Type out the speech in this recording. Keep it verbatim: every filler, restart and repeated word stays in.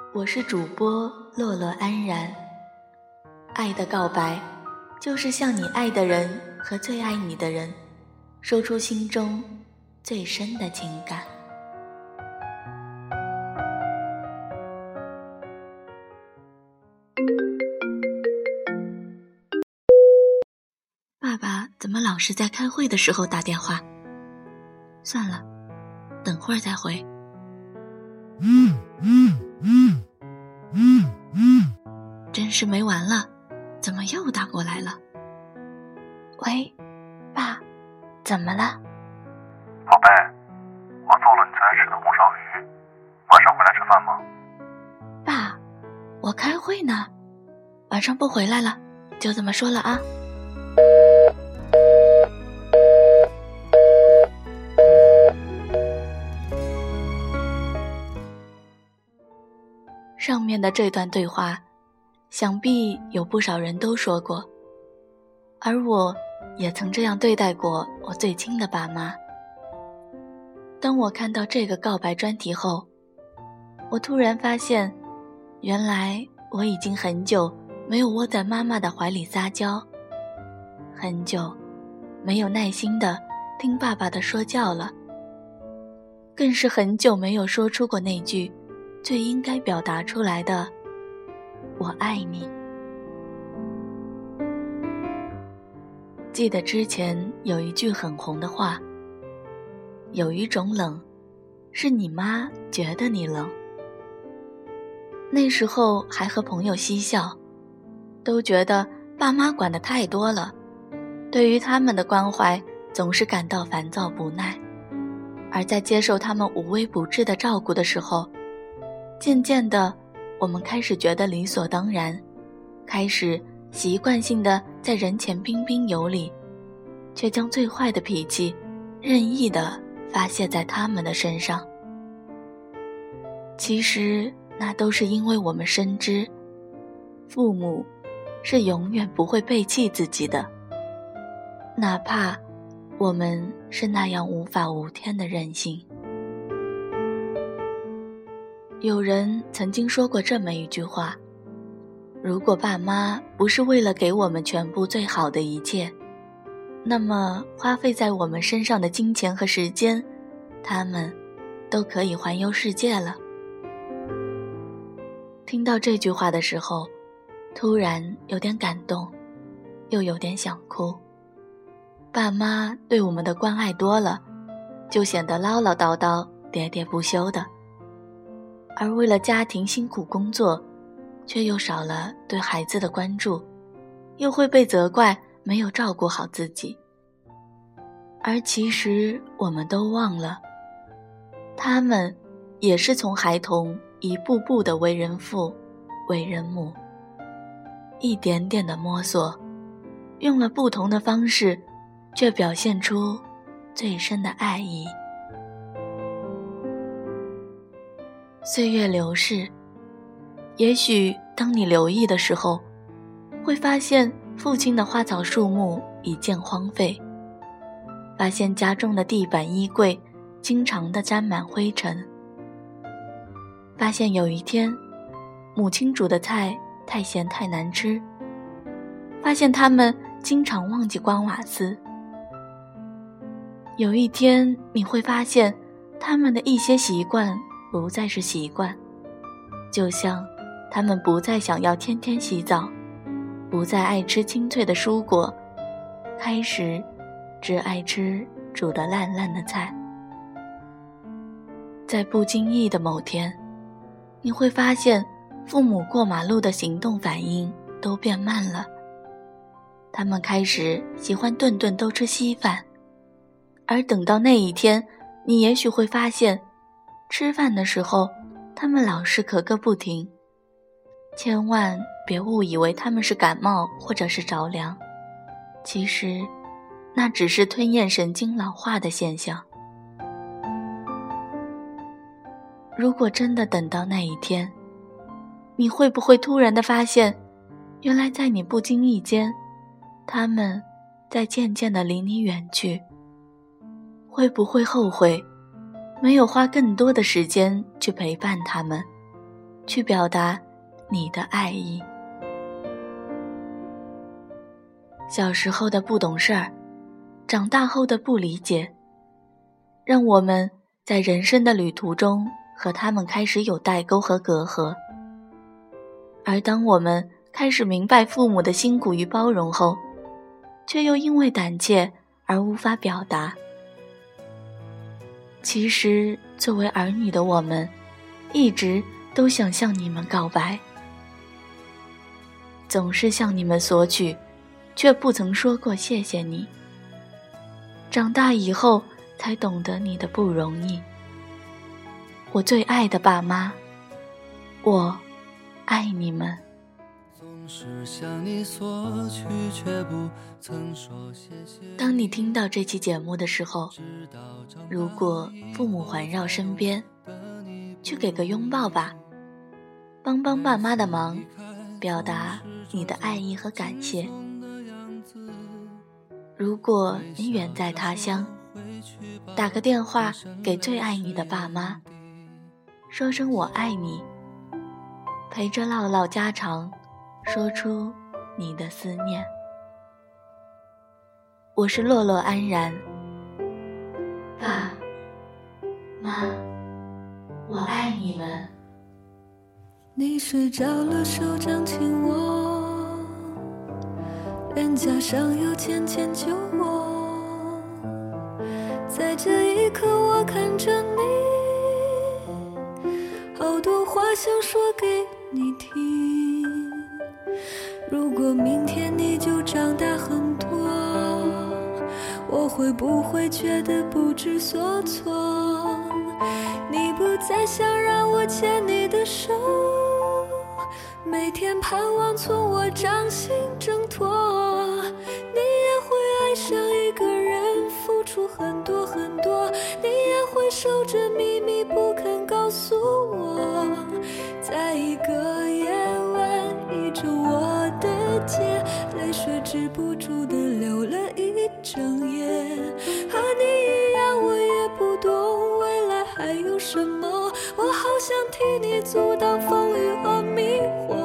我是主播洛洛安然。爱的告白，就是向你爱的人和最爱你的人，说出心中最深的情感。爸爸怎么老是在开会的时候打电话？算了，等会儿再回。嗯嗯嗯嗯嗯，真是没完了，怎么又打过来了？喂，爸，怎么了？ 宝贝，我做了你最爱吃的红烧鱼，晚上回来吃饭吗？ 爸，我开会呢，晚上不回来了，就这么说了啊。上面的这段对话，想必有不少人都说过，而我也曾这样对待过我最亲的爸妈。当我看到这个告白专题后，我突然发现，原来我已经很久没有窝在妈妈的怀里撒娇，很久没有耐心地听爸爸的说教了，更是很久没有说出过那句最应该表达出来的我爱你。记得之前有一句很红的话，有一种冷是你妈觉得你冷。那时候还和朋友嬉笑，都觉得爸妈管得太多了，对于他们的关怀总是感到烦躁不耐，而在接受他们无微不至的照顾的时候，渐渐的我们开始觉得理所当然，开始习惯性的在人前彬彬有礼，却将最坏的脾气任意的发泄在他们的身上。其实那都是因为我们深知，父母是永远不会背弃自己的，哪怕我们是那样无法无天的任性。有人曾经说过这么一句话，如果爸妈不是为了给我们全部最好的一切，那么花费在我们身上的金钱和时间，他们都可以环游世界了。听到这句话的时候，突然有点感动，又有点想哭。爸妈对我们的关爱多了，就显得唠唠叨叨、喋喋不休的，而为了家庭辛苦工作，却又少了对孩子的关注，又会被责怪没有照顾好自己。而其实我们都忘了，他们也是从孩童一步步的为人父、为人母，一点点的摸索，用了不同的方式，却表现出最深的爱意。岁月流逝，也许当你留意的时候，会发现父亲的花草树木已渐荒废，发现家中的地板衣柜经常地沾满灰尘，发现有一天母亲煮的菜太咸太难吃，发现他们经常忘记关瓦斯。有一天你会发现他们的一些习惯不再是习惯，就像他们不再想要天天洗澡，不再爱吃清脆的蔬果，开始只爱吃煮得烂烂的菜。在不经意的某天，你会发现父母过马路的行动反应都变慢了，他们开始喜欢顿顿都吃稀饭，而等到那一天，你也许会发现吃饭的时候他们老是咳个不停，千万别误以为他们是感冒或者是着凉，其实那只是吞咽神经老化的现象。如果真的等到那一天，你会不会突然地发现，原来在你不经意间，他们在渐渐地离你远去？会不会后悔没有花更多的时间去陪伴他们， 去表达你的爱意。小时候的不懂事儿，长大后的不理解，让我们在人生的旅途中和他们开始有代沟和隔阂。而当我们开始明白父母的辛苦与包容后，却又因为胆怯而无法表达。其实作为儿女的我们，一直都想向你们告白，总是向你们索取，却不曾说过谢谢你。长大以后才懂得你的不容易。我最爱的爸妈，我爱你们。当你听到这期节目的时候，如果父母环绕身边，去给个拥抱吧，帮帮爸妈的忙，表达你的爱意和感谢。如果你远在他乡，打个电话给最爱你的爸妈，说声我爱你，陪着唠唠家常，说出你的思念。我是洛洛安然，爸妈，我爱你们。 你睡着了，手掌紧握，脸颊上有浅浅酒窝，在这一刻我看着你，好多话想说给你听。如果明天你就长大很多，我会不会觉得不知所措？你不再想让我牵你的手，每天盼望从我掌心挣脱。你也会爱上一个人，付出很多很多，你也会守着秘密不肯告诉我。在一个夜晚依着我的肩，泪水止不住的流了一整夜。和你一样，我也不懂未来还有什么，我好想替你阻挡风雨和迷惑。